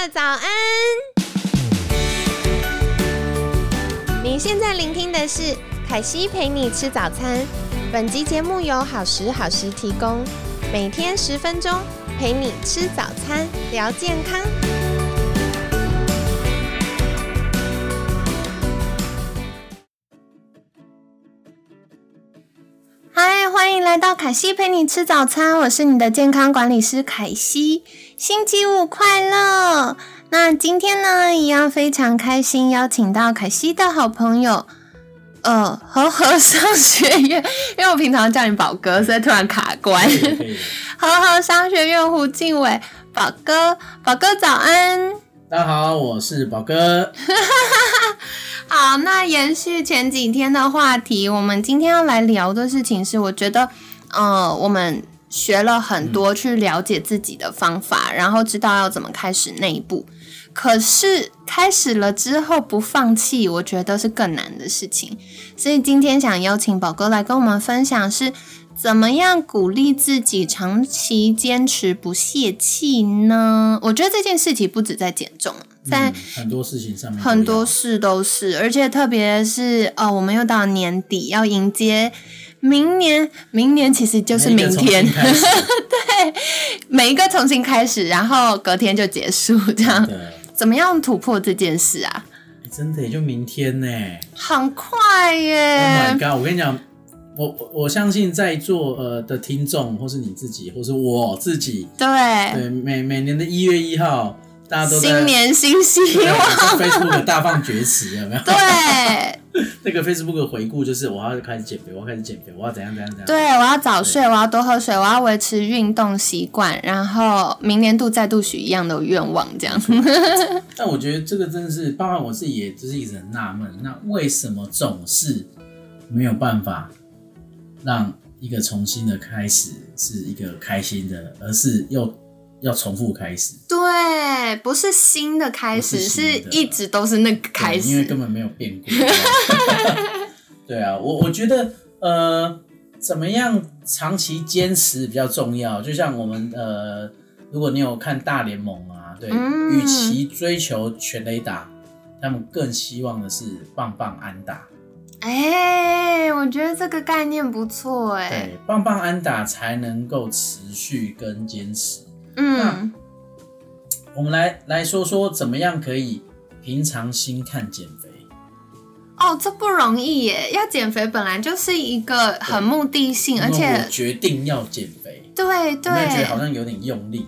早安！你现在聆听的是凯西陪你吃早餐。本集节目由好时好食提供，每天10分钟陪你吃早餐，聊健康。嗨，欢迎来到凯西陪你吃早餐，我是你的健康管理师凯西。星期五快乐！那今天呢，一样非常开心，邀请到凯西的好朋友，和和商学院，因为我平常叫你宝哥，所以突然卡关。和和商学院胡敬伟，宝哥早安！ 大家好，我是宝哥。 好，那延续前几天的话题，我们今天要来聊的事情是，我觉得，我们学了很多去了解自己的方法，然后知道要怎么开始那一步。可是开始了之后不放弃，我觉得是更难的事情。所以今天想邀请宝哥来跟我们分享是怎么样鼓励自己长期坚持不泄气呢？我觉得这件事情不止在减重，在很多事情上面， 很多事都是，而且特别是我们又到年底，要迎接明年其实就是明天，对，每一个重新开始，然后隔天就结束，这样怎么样突破这件事啊？ 真的也就明天呢， 很快耶 ！Oh my god！ 我跟你讲。我相信在座的听众，或是你自己，或是我自己，对，每年的1月1号，大家都在新年新希望 ，Facebook 大放厥词，有没有？ 对， 那个 Facebook 的回顾就是我要开始减肥，我要怎样。 对，我要早睡，我要多喝水，我要维持运动习惯，然后明年度再度许一样的愿望，这样。 但我觉得这个真的是，包括我自己也就是一直很纳闷，那为什么总是没有办法让一个重新的开始是一个开心的，而是又要重复开始？ 对，不是新的开始，是一直都是那个开始， 因为根本没有变过。对啊，我觉得怎么样长期坚持比较重要。就像我们如果你有看大联盟啊，对，与其追求全垒打，他们更希望的是棒棒安打。 我觉得这个概念不错对，棒棒安打才能够持续跟坚持。那我们来说说怎么样可以平常心看减肥。 这不容易耶！要减肥本来就是一个很目的性，而且我决定要减肥， 对， 有没有觉得好像有点用力？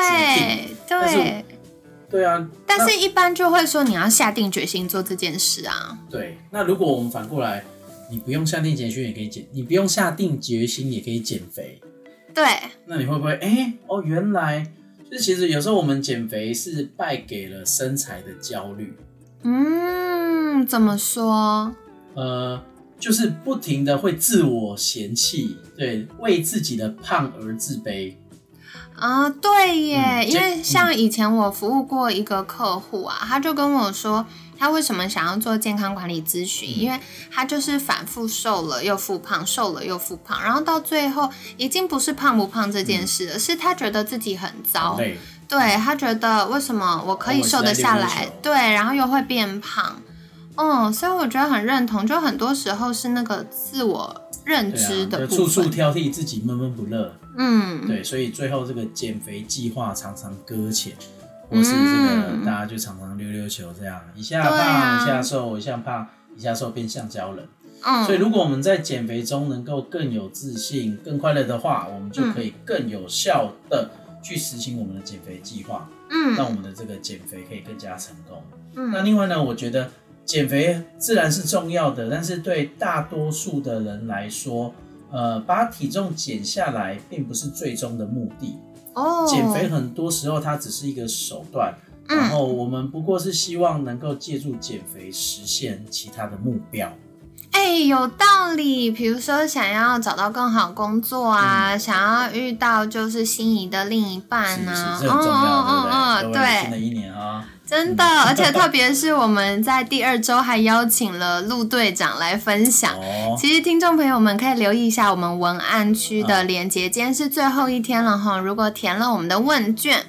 对啊，但是一般就会说你要下定决心做这件事啊。 对，那如果我们反过来，你不用下定决心也可以减，你不用下定决心也可以减肥。 对， 那你会不会原来就是其实有时候我们减肥是败给了身材的焦虑。 怎么说？ 就是不停的会自我嫌弃，对，为自己的胖而自卑。 对耶，因为像以前我服务过一个客户啊，他就跟我说他为什么想要做健康管理咨询，因为他就是反复瘦了又复胖，瘦了又复胖，然后到最后已经不是胖不胖这件事了，是他觉得自己很糟，对，他觉得为什么我可以瘦得下来，对，然后又会变胖，所以我觉得很认同，就很多时候是那个自我认知的部分， 处处挑剔自己，闷闷不乐。对，所以最后这个减肥计划常常搁浅，或是这个大家就常常溜溜球这样，一下胖一下瘦，一下胖一下瘦，变橡胶人。所以如果我们在减肥中能够更有自信、更快乐的话，我们就可以更有效的去实行我们的减肥计划，让我们的这个减肥可以更加成功。那另外呢，我觉得减肥自然是重要的，但是对大多数的人来说，把体重减下来并不是最终的目的。减肥很多时候它只是一个手段，然后我们不过是希望能够借助减肥实现其他的目标。 有道理。比如说想要找到更好工作啊，想要遇到就是心仪的另一半啊， 是这很重要，对不对？ 对， 新的一年啊， 真的，而且特别是我们在第2周还邀请了陆队长来分享。其实听众朋友们可以留意一下我们文案区的连结，今天是最后一天了哈。如果填了我们的问卷，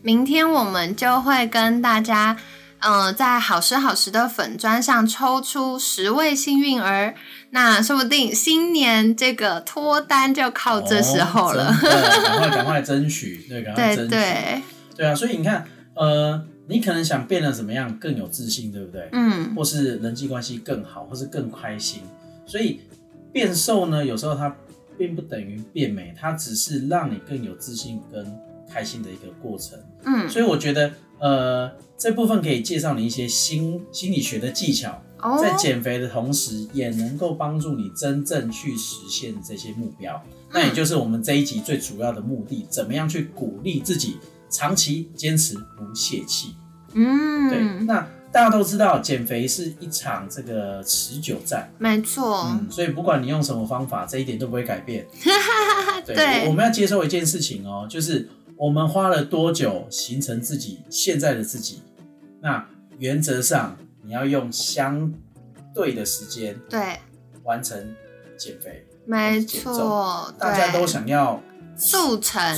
明天我们就会跟大家在好时好时的粉专上抽出10位幸运儿，那说不定新年这个脱单就靠这时候了。 赶快争取，对，赶快争取，对啊，所以你看，你可能想变得怎么样更有自信，对不对？或是人际关系更好，或是更开心。所以变瘦呢，有时候它并不等于变美，它只是让你更有自信跟开心的一个过程。所以我觉得这部分可以介绍你一些心理学的技巧，在减肥的同时也能够帮助你真正去实现这些目标。那也就是我们这一集最主要的目的，怎么样去鼓励自己长期坚持不泄气。对，那大家都知道减肥是一场这个持久战， 没错。 所以不管你用什么方法，这一点都不会改变。对，我们要接受一件事情哦，就是我们花了多久形成自己现在的自己，那原则上你要用相对的时间对完成减肥。 没错， 大家都想要速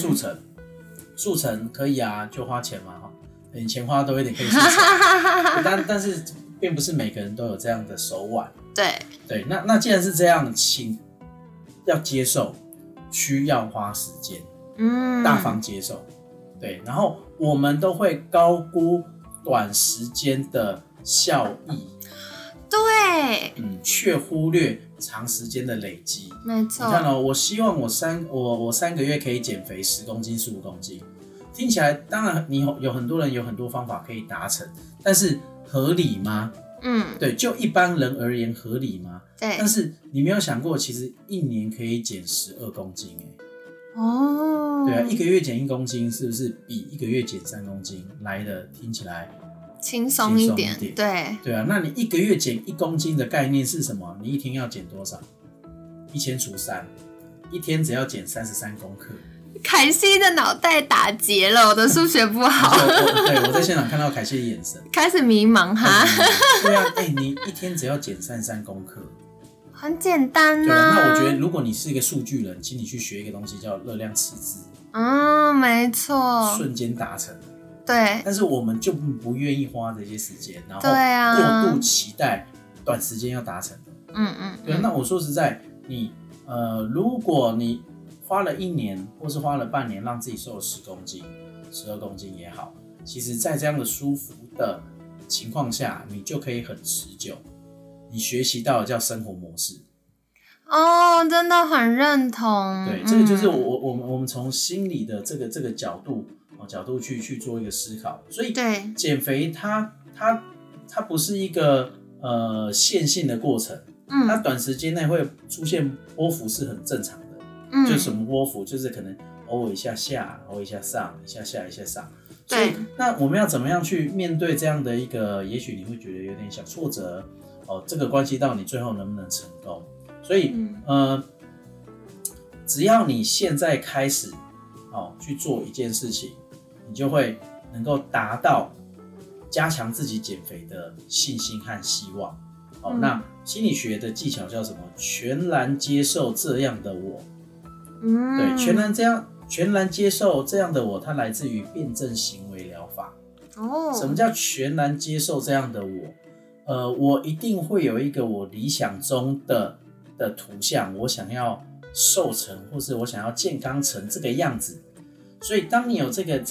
成可以啊，就花钱嘛，你钱花多一点可以速成。但是并不是每个人都有这样的手腕。对，那既然是这样，请要接受需要花时间，大方接受。对，然后我们都会高估短时间的效益， 对， 却忽略长时间的累积。 没错。 你看哦，我希望我3个月可以减肥10公斤、15公斤，听起来当然你有很多人有很多方法可以达成，但是合理吗？对，就一般人而言合理吗？ 对。 但是你没有想过，其实1年可以减12公斤对啊，1个月减1公斤，是不是比1个月减3公斤来的听起来轻松一点？对啊，那你1个月减1公斤的概念是什么？你一天要减多少？1000除3，一天只要减33公克。 凯西的脑袋打结了，我的数学不好。 对，我在现场看到凯西的眼神， 开始迷茫哈。 对啊，你一天只要减33公克， 很简单啊。 对啊，那我觉得如果你是一个数据人，请你去学一个东西叫热量赤字。 没错， 瞬间达成。 对， 但是我们就不愿意花这些时间，然后过度期待短时间要达成的。对，那我说实在，你如果你花了1年或是花了半年让自己瘦了10公斤、12公斤也好，其实在这样的舒服的情况下，你就可以很持久。你学习到的叫生活模式。 真的很认同。 对，这个就是我们从心理的这个角度去做一个思考。所以减肥它不是一个线性的过程，它短时间内会出现波幅是很正常的。就什么波幅，就是可能偶尔一下下，偶尔一下上，一下下一下上。所以那我们要怎么样去面对这样的一个，也许你会觉得有点小挫折这个关系到你最后能不能成功。所以只要你现在开始去做一件事情，你就会能够达到加强自己减肥的信心和希望。那心理学的技巧叫什么？全然接受这样的我。对，全然接受这样的我，它来自于辩证行为疗法。什么叫全然接受这样的我？我一定会有一个我理想中的图像，我想要瘦成，或是我想要健康成这个样子。所以当你有这个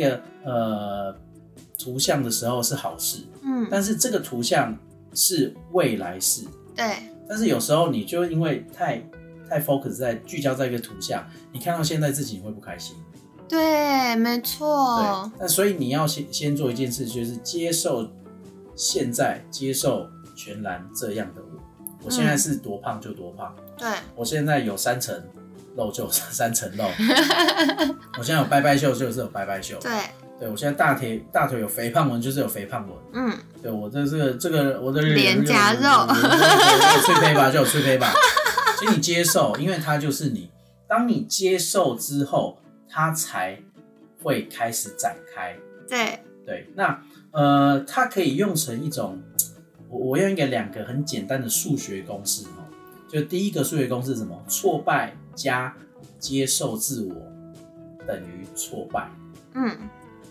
图像的时候是好事，但是这个图像是未来式。 对。 但是有时候你就因为太 focus 在聚焦在一个图像，你看到现在自己你会不开心。 对，没错。 对，那所以你要先做一件事，就是接受现在，接受全然这样的我。我现在是多胖就多胖。 对。我现在有3层肉就有3层肉。我现在有拜拜袖就是有拜拜袖。对，我现在大腿有肥胖纹就是有肥胖纹。对，我这个我的脸颊肉， 有脆胚吧就有脆胚吧。请你接受，因为它就是你。当你接受之后，它才会开始展开。对，那它可以用成一种，我用2个很简单的数学公式。就第一个数学公式是什么？挫败加接受自我等于挫败。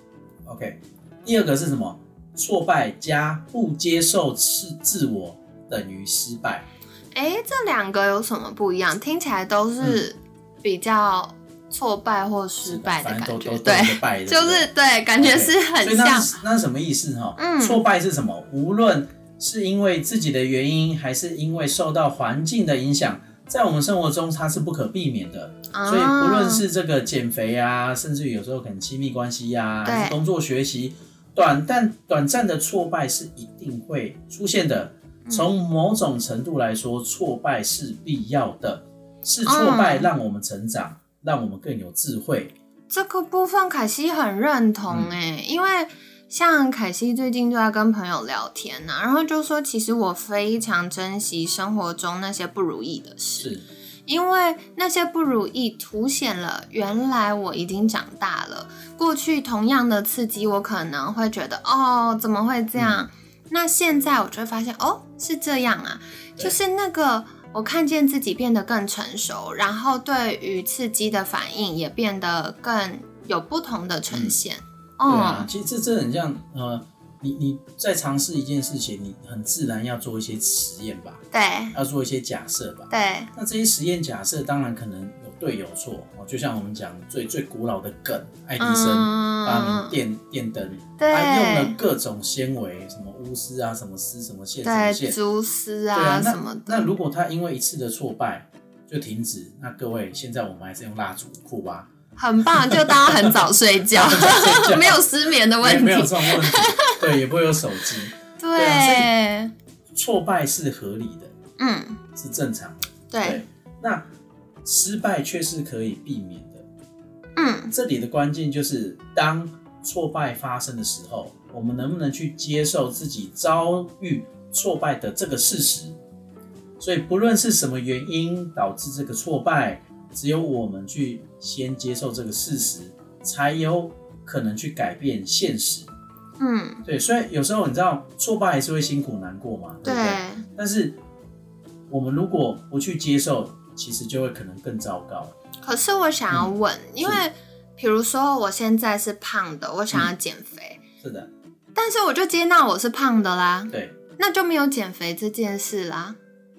OK， 第二个是什么？挫败加不接受自我等于失败。 这两个有什么不一样？听起来都是比较挫败或失败的感觉， 对， 就是对，感觉是很像。 所以那是什么意思？挫败是什么？无论是因为自己的原因，还是因为受到环境的影响，在我们生活中它是不可避免的。所以不论是这个减肥啊，甚至于有时候可能亲密关系啊，还是工作学习，短暂的挫败是一定会出现的。从某种程度来说，挫败是必要的，是挫败让我们成长，让我们更有智慧。 这个部分凯西很认同因为像凯西最近就在跟朋友聊天然后就说其实我非常珍惜生活中那些不如意的事，因为那些不如意凸显了原来我已经长大了，过去同样的刺激我可能会觉得怎么会这样，那现在我就会发现是这样啊，就是那个我看见自己变得更成熟，然后对于刺激的反应也变得更有不同的呈现。 对啊，其实这很像你在尝试一件事情，你很自然要做一些实验吧， 对， 要做一些假设吧， 对。 那这些实验假设当然可能有对有错就像我们讲最古老的梗，爱迪生发明电灯，他用了各种纤维，什么钨丝啊，什么丝，什么线，什么线， 蛛丝啊什么的。 那如果他因为一次的挫败就停止，那各位现在我们还是用蜡烛，酷吧？ 很棒，就大家很早睡觉，没有失眠的问题， 没有这种问题，对，也不会有手机， 对， 所以挫败是合理的，是正常的， 对。 那失败却是可以避免的，这里的关键就是当挫败发生的时候，我们能不能去接受自己遭遇挫败的这个事实？所以不论是什么原因导致这个挫败，只有我们去先接受这个事实，才有可能去改变现实。对，所以有时候你知道挫败还是会辛苦难过嘛，对不对？但是我们如果不去接受，其实就会可能更糟糕。 可是我想要问，因为比如说我现在是胖的，我想要减肥， 是的， 但是我就接纳我是胖的啦， 对， 那就没有减肥这件事啦。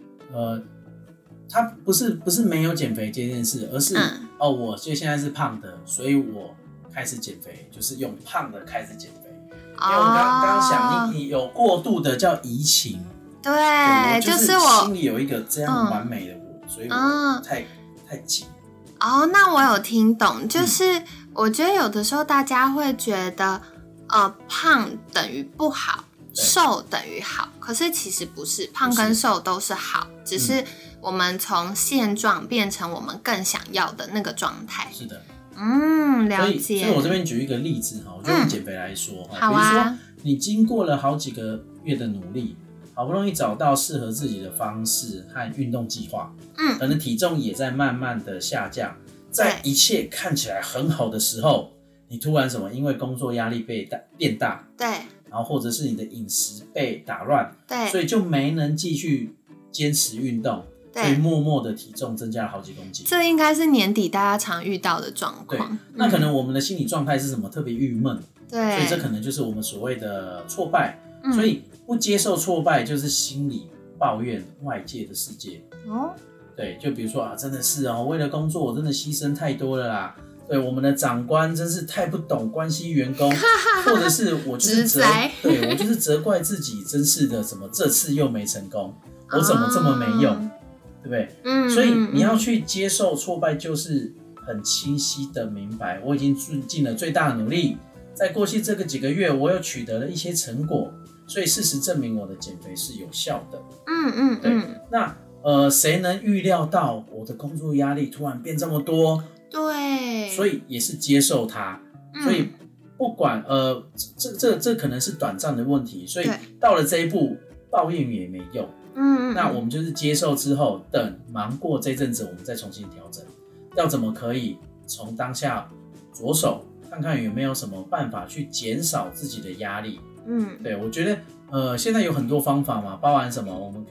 它不是没有减肥这件事，而是我就现在是胖的，所以我开始减肥，就是用胖的开始减肥。因为我刚刚想，你有过度的叫移情， 对， 就是我心里有一个这样完美的我，所以我太紧。 那我有听懂，就是我觉得有的时候大家会觉得，胖等于不好，瘦等于好，可是其实不是，胖跟瘦都是好，只是我们从现状变成我们更想要的那个状态。 是的， 了解。 所以我这边举一个例子我就以减肥来说好啊， 比如说你经过了好几个月的努力，好不容易找到适合自己的方式和运动计划，可能体重也在慢慢的下降，在一切看起来很好的时候，你突然什么？因为工作压力变大， 对， 然后或者是你的饮食被打乱， 对， 所以就没能继续坚持运动，所以默默的体重增加了好几公斤。 这应该是年底大家常遇到的状况。 那可能我们的心理状态是什么？特别郁闷， 对， 所以这可能就是我们所谓的挫败。所以不接受挫败，就是心里抱怨外界的世界。对，就比如说真的是为了工作我真的牺牲太多了啦。对，我们的长官真是太不懂关心员工，或者是我就是我就是责怪自己，真是的，怎么这次又没成功，我怎么这么没用，对不对？所以你要去接受挫败，就是很清晰的明白，我已经尽了最大的努力，在过去这个几个月，我有取得了一些成果，所以事实证明我的减肥是有效的。对，那谁能预料到我的工作压力突然变这么多？ 对， 所以也是接受它。所以不管这可能是短暂的问题，所以到了这一步，抱怨也没用。那我们就是接受之后，等忙过这阵子，我们再重新调整，要怎么可以从当下着手，看看有没有什么办法去减少自己的压力。对，我觉得现在有很多方法嘛，包含什么？我们可以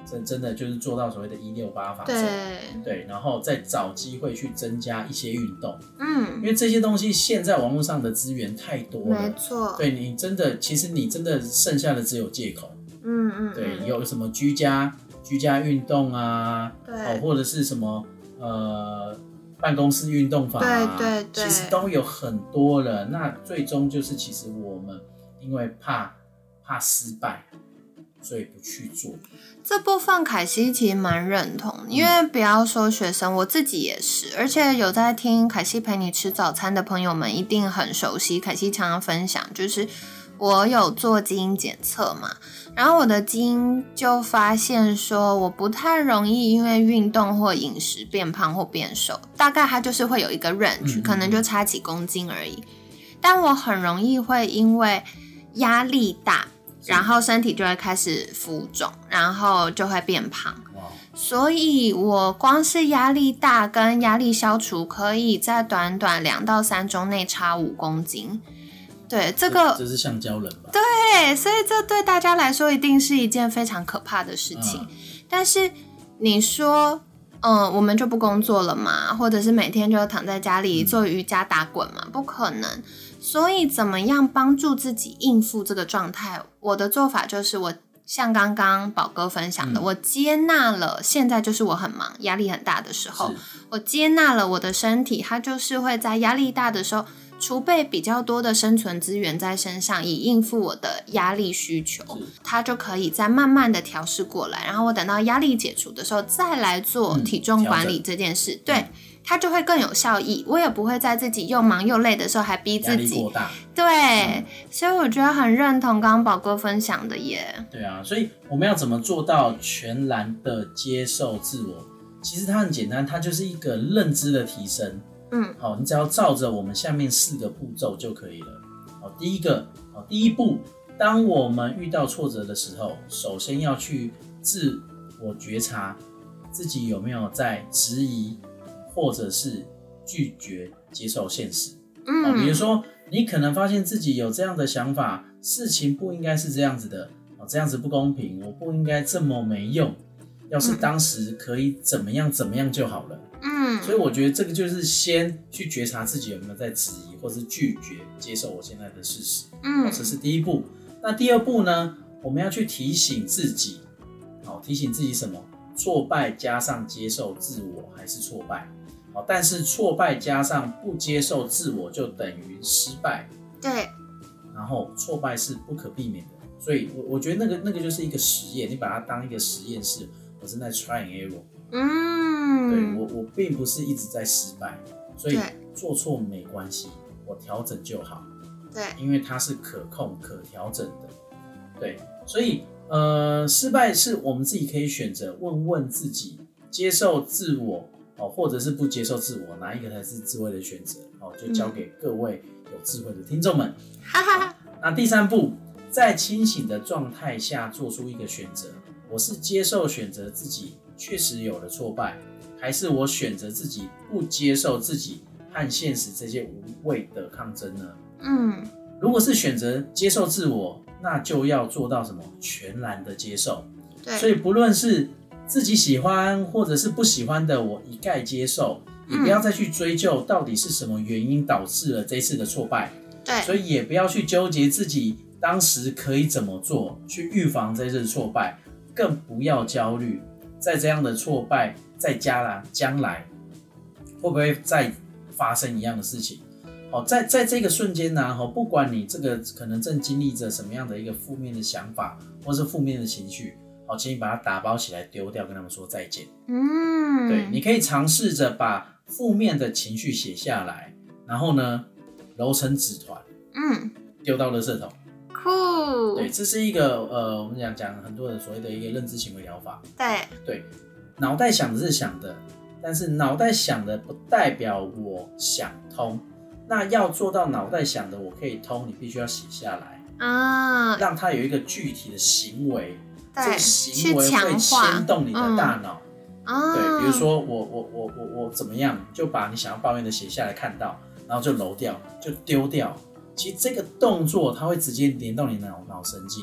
真的就是做到所谓的168法则，对，然后再找机会去增加一些运动，因为这些东西现在网络上的资源太多了， 没错， 对，你真的其实你真的剩下的只有借口，对，有什么居家运动啊，对，或者是什么办公室运动法啊，对，其实都有很多了。那最终就是其实我们因为怕失败，所以不去做。 这部分凯西其实蛮认同，因为不要说学生，我自己也是，而且有在听凯西陪你吃早餐的朋友们一定很熟悉。凯西常常分享，就是我有做基因检测嘛，然后我的基因就发现说我不太容易因为运动或饮食变胖或变瘦，大概它就是会有一个 range，可能就差几公斤而已。但我很容易会因为压力大，然后身体就会开始浮肿，然后就会变胖。所以我光是压力大跟压力消除，可以在短短2到3周内差5公斤。对，这是橡胶人吧？ 对，所以这对大家来说一定是一件非常可怕的事情。但是你说，我们就不工作了嘛，或者是每天就躺在家里做瑜伽打滚嘛？不可能。所以怎么样帮助自己应付这个状态？我的做法就是我像刚刚宝哥分享的，我接纳了现在就是我很忙压力很大的时候，我接纳了我的身体，它就是会在压力大的时候储备比较多的生存资源在身上，以应付我的压力需求，它就可以再慢慢的调试过来，然后我等到压力解除的时候再来做体重管理这件事，对，它就会更有效益，我也不会在自己又忙又累的时候还逼自己， 压力过大， 对，所以我觉得很认同刚刚宝哥分享的耶。 对啊，所以我们要怎么做到全然的接受自我？其实它很简单，它就是一个认知的提升。好，你只要照着我们下面4个步骤就可以了。好，第一步，当我们遇到挫折的时候，首先要去自我觉察自己有没有在质疑或者是拒绝接受现实。比如说你可能发现自己有这样的想法，事情不应该是这样子的，这样子不公平，我不应该这么没用，要是当时可以怎么样就好了。所以我觉得这个就是先去觉察自己有没有在质疑或是拒绝接受我现在的事实。这是第一步。那第二步呢，我们要去提醒自己，提醒自己什么？挫败加上接受自我还是挫败。但是挫败加上不接受自我就等于失败。对。然后挫败是不可避免的，所以我觉得那个就是一个实验，你把它当一个实验室，我正在 try and error。对，我并不是一直在失败，所以做错没关系，我调整就好。对，因为它是可控、可调整的。对，所以失败是我们自己可以选择问问自己，接受自我或者是不接受自我，哪一个才是智慧的选择？就交给各位有智慧的听众们。那第三步，在清醒的状态下做出一个选择，我是接受选择自己确实有了挫败，还是我选择自己不接受自己和现实这些无谓的抗争呢？如果是选择接受自我，那就要做到什么？全然的接受。对，所以不论是自己喜欢或者是不喜欢的，我一概接受，也不要再去追究到底是什么原因导致了这次的挫败。对，所以也不要去纠结自己当时可以怎么做去预防这次挫败，更不要焦虑在这样的挫败在将来会不会再发生一样的事情。在这个瞬间呢，不管你这个可能正经历着什么样的一个负面的想法或是负面的情绪，请你把它打包起来丢掉，跟他们说再见。对，你可以尝试着把负面的情绪写下来，然后呢揉成纸团，丢到垃圾桶。酷。对，这是一个我们讲很多的所谓的一个认知行为疗法。对，脑袋想的是想的，但是脑袋想的不代表我想通。那要做到脑袋想的我可以通，你必须要写下来让它有一个具体的行为，这个行为会牵动你的大脑。对，比如说我怎么样，就把你想要抱怨的写下来，看到，然后就揉掉，就丢掉。其实这个动作它会直接连到你的脑神经，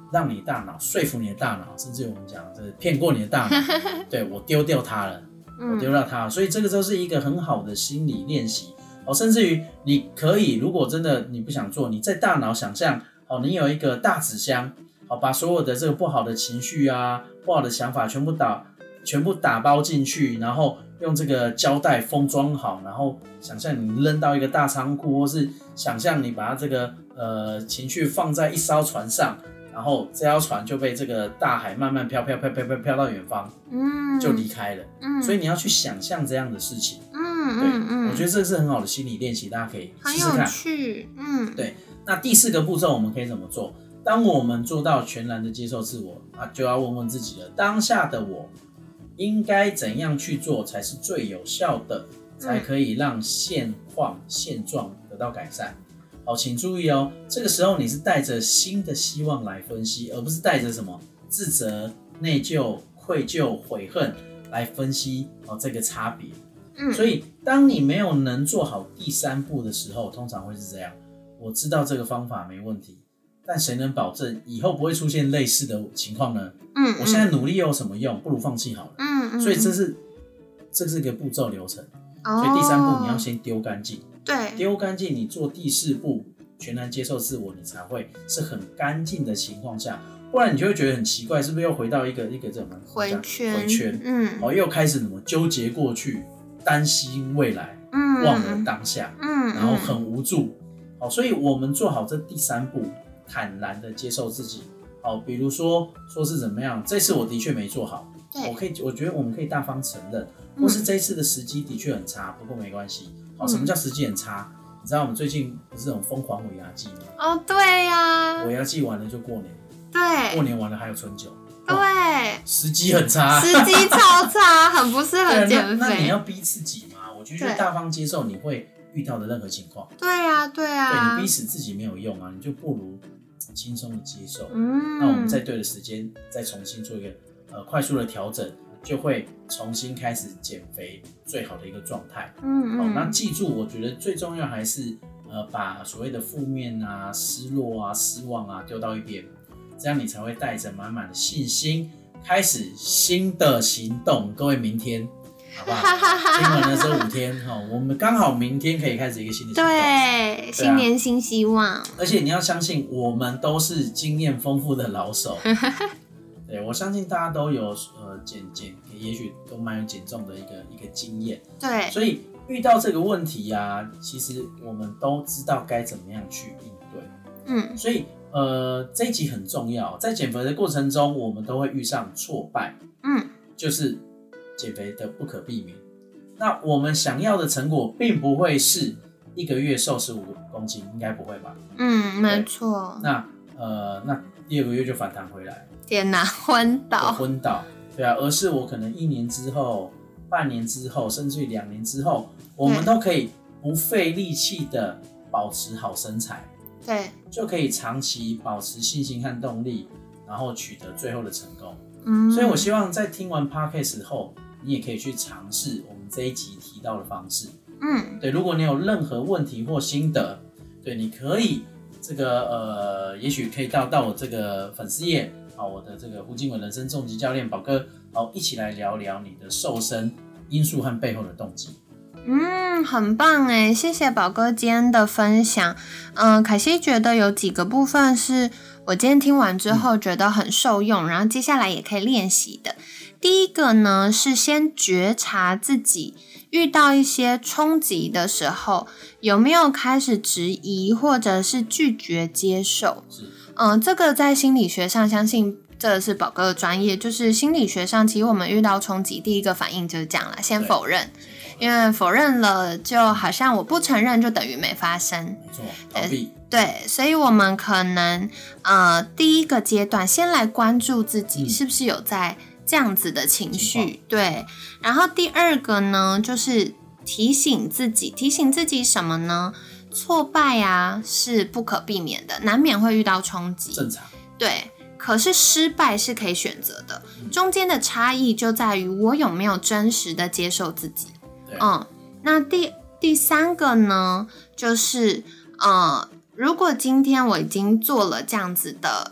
让你大脑说服你的大脑，甚至我们讲这骗过你的大脑，对，我丢掉它了，我丢掉它了，所以这个都是一个很好的心理练习甚至于你可以，如果真的你不想做，你在大脑想象你有一个大纸箱，把所有的这个不好的情绪啊、不好的想法全部打包进去，然后用这个胶带封装好，然后想象你扔到一个大仓库，或是想象你把它这个情绪放在一艘船上，然后这艘船就被这个大海慢慢飘到远方，就离开了。所以你要去想象这样的事情。我觉得这是很好的心理练习，大家可以试试看。 很有趣。 对。那第4个步骤我们可以怎么做？当我们做到全然的接受自我就要问问自己了，当下的我应该怎样去做才是最有效的，才可以让现状得到改善。请注意这个时候你是带着新的希望来分析，而不是带着什么自责、内疚、愧疚、悔恨来分析这个差别。所以当你没有能做好第3步的时候，通常会是这样：我知道这个方法没问题，但谁能保证以后不会出现类似的情况呢？我现在努力又有什么用？不如放弃好了。所以这是一个步骤流程。所以第3步你要先丢干净。 对， 丢干净，你做第4步全然接受自我，你才会是很干净的情况下，不然你就会觉得很奇怪，是不是又回到一个怎么回圈？ 又开始怎么纠结过去，担心未来，忘了当下，然后很无助。所以我们做好这第3步，坦然的接受自己。比如说是怎么样，这次我的确没做好，我觉得我们可以大方承认，或是这一次的时机的确很差，不过没关系。什么叫时机很差？你知道我们最近不是很疯狂尾牙季吗？ 对呀， 尾牙季完了就过年， 对， 过年完了还有春酒， 对， 时机很差， 时机超差，很不适合减肥。 那你要逼自己嘛？我觉得大方接受你会遇到的任何情况。 对啊，对你逼死自己没有用啊，你就不如轻松的接受。那我们在对的时间再重新做一个快速的调整，就会重新开始减肥最好的一个状态。那记住，我觉得最重要还是把所谓的负面啊、失落啊、失望啊丢到一边，这样你才会带着满满的信心开始新的行动。各位，明天好不好？听完了这5天我们刚好明天可以开始一个新的行动。 对，新年新希望。 而且你要相信，我们都是经验丰富的老手。对，我相信大家都有也许都蛮有减重的一个经验。 对， 所以遇到这个问题其实我们都知道该怎么样去应对。所以这一集很重要，在减肥的过程中，我们都会遇上挫败。就是减肥的不可避免。那我们想要的成果，并不会是1个月瘦15公斤，应该不会吧？ 没错。 那第2个月就反弹回来。 天哪，昏倒！ 对啊，而是我可能1年之后、半年之后，甚至于2年之后，我们都可以不费力气的保持好身材， 对， 就可以长期保持信心和动力，然后取得最后的成功。所以我希望在听完 Podcast 后，你也可以去尝试我们这一集提到的方式。对，如果你有任何问题或心得，对，你可以也许可以到我这个粉丝页。我的这个胡金文人生重疾教练宝哥，一起来聊聊你的瘦身因素和背后的动机。 很棒耶，谢谢宝哥今天的分享。凯西觉得有几个部分是我今天听完之后觉得很受用，然后接下来也可以练习的。第一个呢是先觉察自己遇到一些冲击的时候，有没有开始质疑或者是拒绝接受。这个在心理学上，相信这是宝哥的专业，就是心理学上，其实我们遇到冲击，第一个反应就是这样啦，先否认，因为否认了，就好像我不承认就等于没发生， 没错，逃避。 对，所以我们可能第一个阶段，先来关注自己是不是有在这样子的情绪，对。然后第2个呢，就是提醒自己什么呢？挫败是不可避免的，难免会遇到冲击， 正常。对， 可是失败是可以选择的，中间的差异就在于我有没有真实的接受自己。那第3个呢，就是如果今天我已经做了这样子的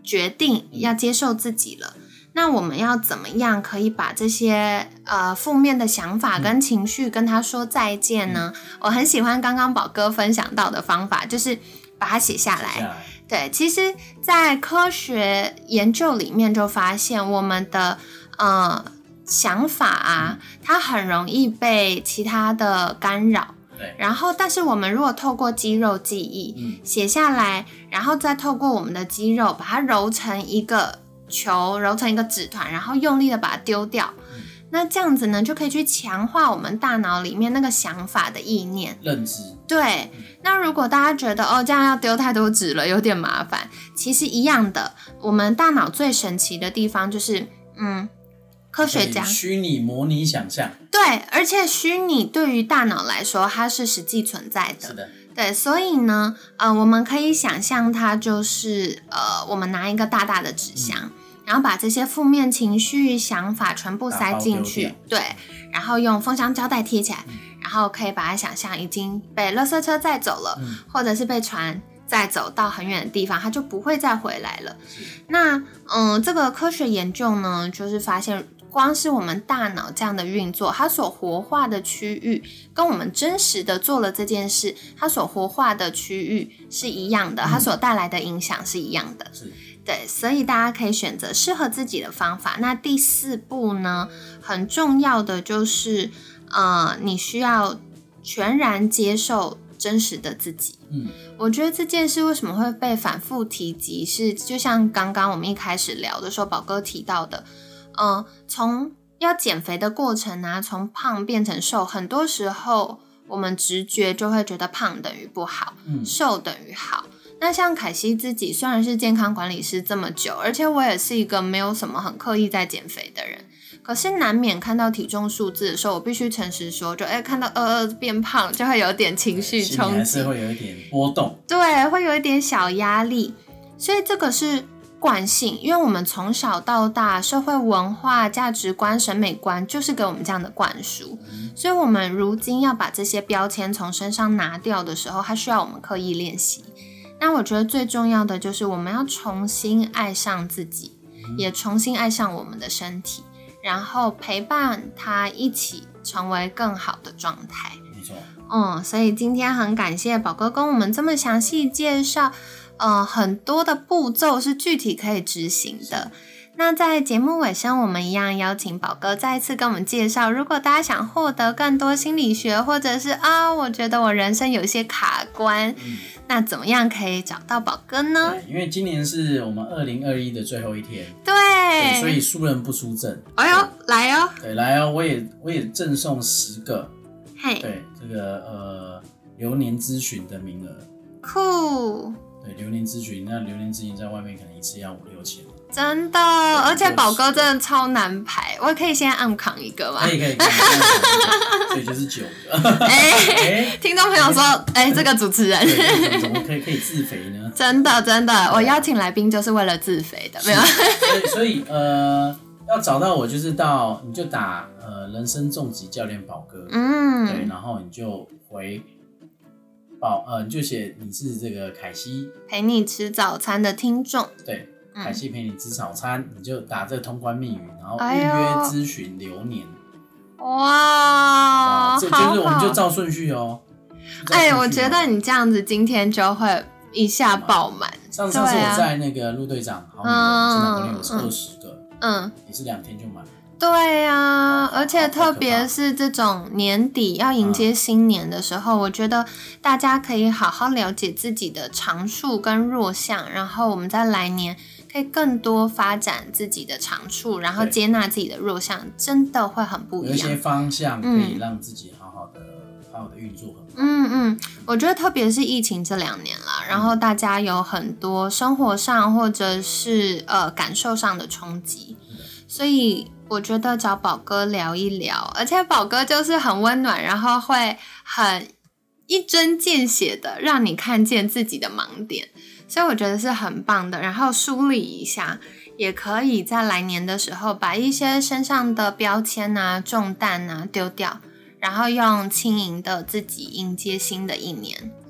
决定要接受自己了，那我们要怎么样可以把这些负面的想法跟情绪跟他说再见呢？我很喜欢刚刚宝哥分享到的方法，就是把它写下来。对，其实在科学研究里面就发现我们的想法啊，它很容易被其他的干扰。然后但是我们如果透过肌肉记忆写下来，然后再透过我们的肌肉把它揉成一个球，揉成一个纸团，然后用力的把它丢掉，那这样子呢就可以去强化我们大脑里面那个想法的意念认知。 对，那如果大家觉得这样要丢太多纸了有点麻烦，其实一样的，我们大脑最神奇的地方就是科学家虚拟模拟想象。 对，而且虚拟对于大脑来说它是实际存在的。 是的。 对，所以呢我们可以想象它就是我们拿一个大大的纸箱，然后把这些负面情绪想法全部塞进去。对，然后用封箱胶带贴起来，然后可以把它想象已经被垃圾车载走了，或者是被船再走到很远的地方，它就不会再回来了。那这个科学研究呢，就是发现光是我们大脑这样的运作，它所活化的区域跟我们真实的做了这件事，它所活化的区域是一样的，它所带来的影响是一样的。对，所以大家可以选择适合自己的方法。那第4步呢，很重要的就是你需要全然接受真实的自己。我觉得这件事为什么会被反复提及，是就像刚刚我们一开始聊的时候宝哥提到的，从要减肥的过程啊，从胖变成瘦，很多时候我们直觉就会觉得胖等于不好，瘦等于好。那像凯西自己虽然是健康管理师这么久，而且我也是一个没有什么很刻意在减肥的人，可是难免看到体重数字的时候，我必须诚实说，就看到变胖就会有点情绪冲击， 还是会有一点波动。 对，会有一点小压力，所以这个是惯性，因为我们从小到大社会文化价值观审美观就是给我们这样的灌输，所以我们如今要把这些标签从身上拿掉的时候，它需要我们刻意练习。那我觉得最重要的就是我们要重新爱上自己，也重新爱上我们的身体，然后陪伴它一起成为更好的状态。 没错。 所以今天很感谢宝哥跟我们这么详细介绍很多的步骤是具体可以执行的。那在节目尾声，我们一样邀请宝哥再一次跟我们介绍，如果大家想获得更多心理学，或者是我觉得我人生有一些卡关，那怎么样可以找到宝哥呢？ 对，因为今年是我们2021的最后一天， 对， 所以输人不输阵。 哎呦，来哦， 对，来哦，我也赠送10个， 对， 这个流年咨询的名额， 酷。 对，流年咨询，那流年咨询在外面可能一次要5、6千。 真的，而且宝哥真的超难排，我可以先暗扛一个吗？ 可以，所以就是9 个。听众朋友说，这个主持人怎么可以自肥呢？ 真的，我邀请来宾就是为了自肥的，没有。 所以要找到我就是你就打人生重疾教练宝哥，对，然后你就回你就写你是这个凯西陪你吃早餐的听众， 对。凯西陪你吃早餐，你就打这个通关密语，然后预约咨询流年。 哇， 这就是我们就照顺序哦。 我觉得你这样子今天就会一下爆满。 上次我在那个陆队长好女人成长管理，我是20个，也是2天就满。 对啊，而且特别是这种年底要迎接新年的时候，我觉得大家可以好好了解自己的长处跟弱项，然后我们在来年可以更多发展自己的长处，然后接纳自己的弱项，真的会很不一样。 有一些方向可以让自己好好的运作很好。 我觉得特别是疫情这2年啦，然后大家有很多生活上或者是感受上的冲击，所以我觉得找宝哥聊一聊，而且宝哥就是很温暖，然后会很一针见血的让你看见自己的盲点，所以我觉得是很棒的。然后梳理一下，也可以在来年的时候把一些身上的标签啊、重担啊丢掉，然后用轻盈的自己迎接新的一年。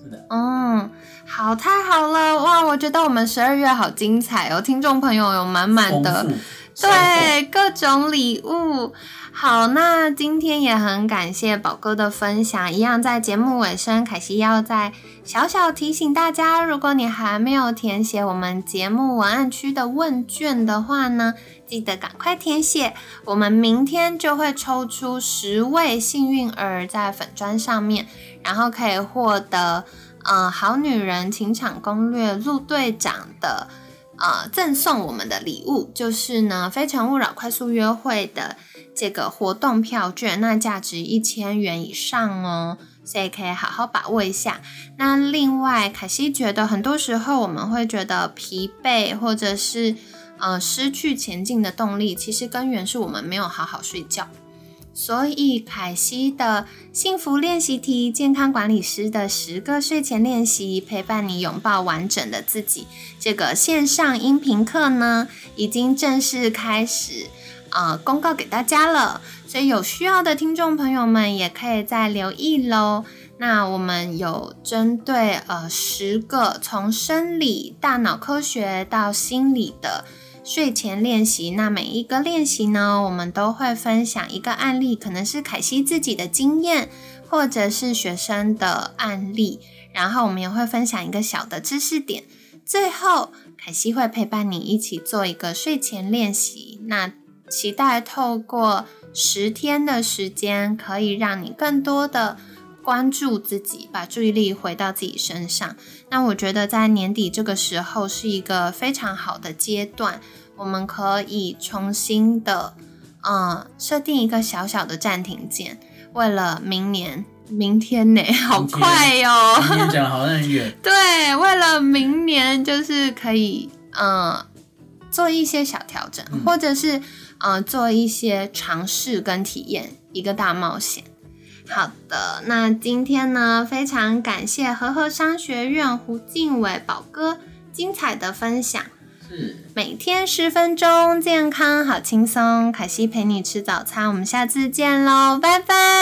是的。 好，太好了，哇！我觉得我们12月好精彩哦，听众朋友有满满的，对，各种礼物。好，那今天也很感谢宝哥的分享，一样在节目尾声，凯西要再小小提醒大家，如果你还没有填写我们节目文案区的问卷的话呢，记得赶快填写，我们明天就会抽出10位幸运儿在粉专上面，然后可以获得好女人情场攻略陆队长的赠送我们的礼物，就是呢非诚勿扰快速约会的这个活动票券，那价值1000元以上哦，所以可以好好把握一下。那另外凯西觉得很多时候我们会觉得疲惫或者是失去前进的动力，其实根源是我们没有好好睡觉。所以凯西的幸福练习题健康管理师的10个睡前练习，陪伴你拥抱完整的自己，这个线上音频课呢已经正式开始公告给大家了，所以有需要的听众朋友们也可以再留意咯。那我们有针对10个从生理、大脑科学到心理的睡前练习，那每一个练习呢，我们都会分享一个案例，可能是凯西自己的经验，或者是学生的案例，然后我们也会分享一个小的知识点，最后凯西会陪伴你一起做一个睡前练习，那期待透过10天的时间，可以让你更多的关注自己，把注意力回到自己身上。那我觉得在年底这个时候是一个非常好的阶段，我们可以重新的设定一个小小的暂停键，为了明天呢，好快哟！ 明天讲得好像很远。 对，为了明年就是可以做一些小调整，或者是做一些尝试跟体验，一个大冒险。好的，那今天呢，非常感谢和和商学院胡敬伟宝哥精彩的分享。每天10分钟，健康好轻松，凯西陪你吃早餐，我们下次见咯，拜拜。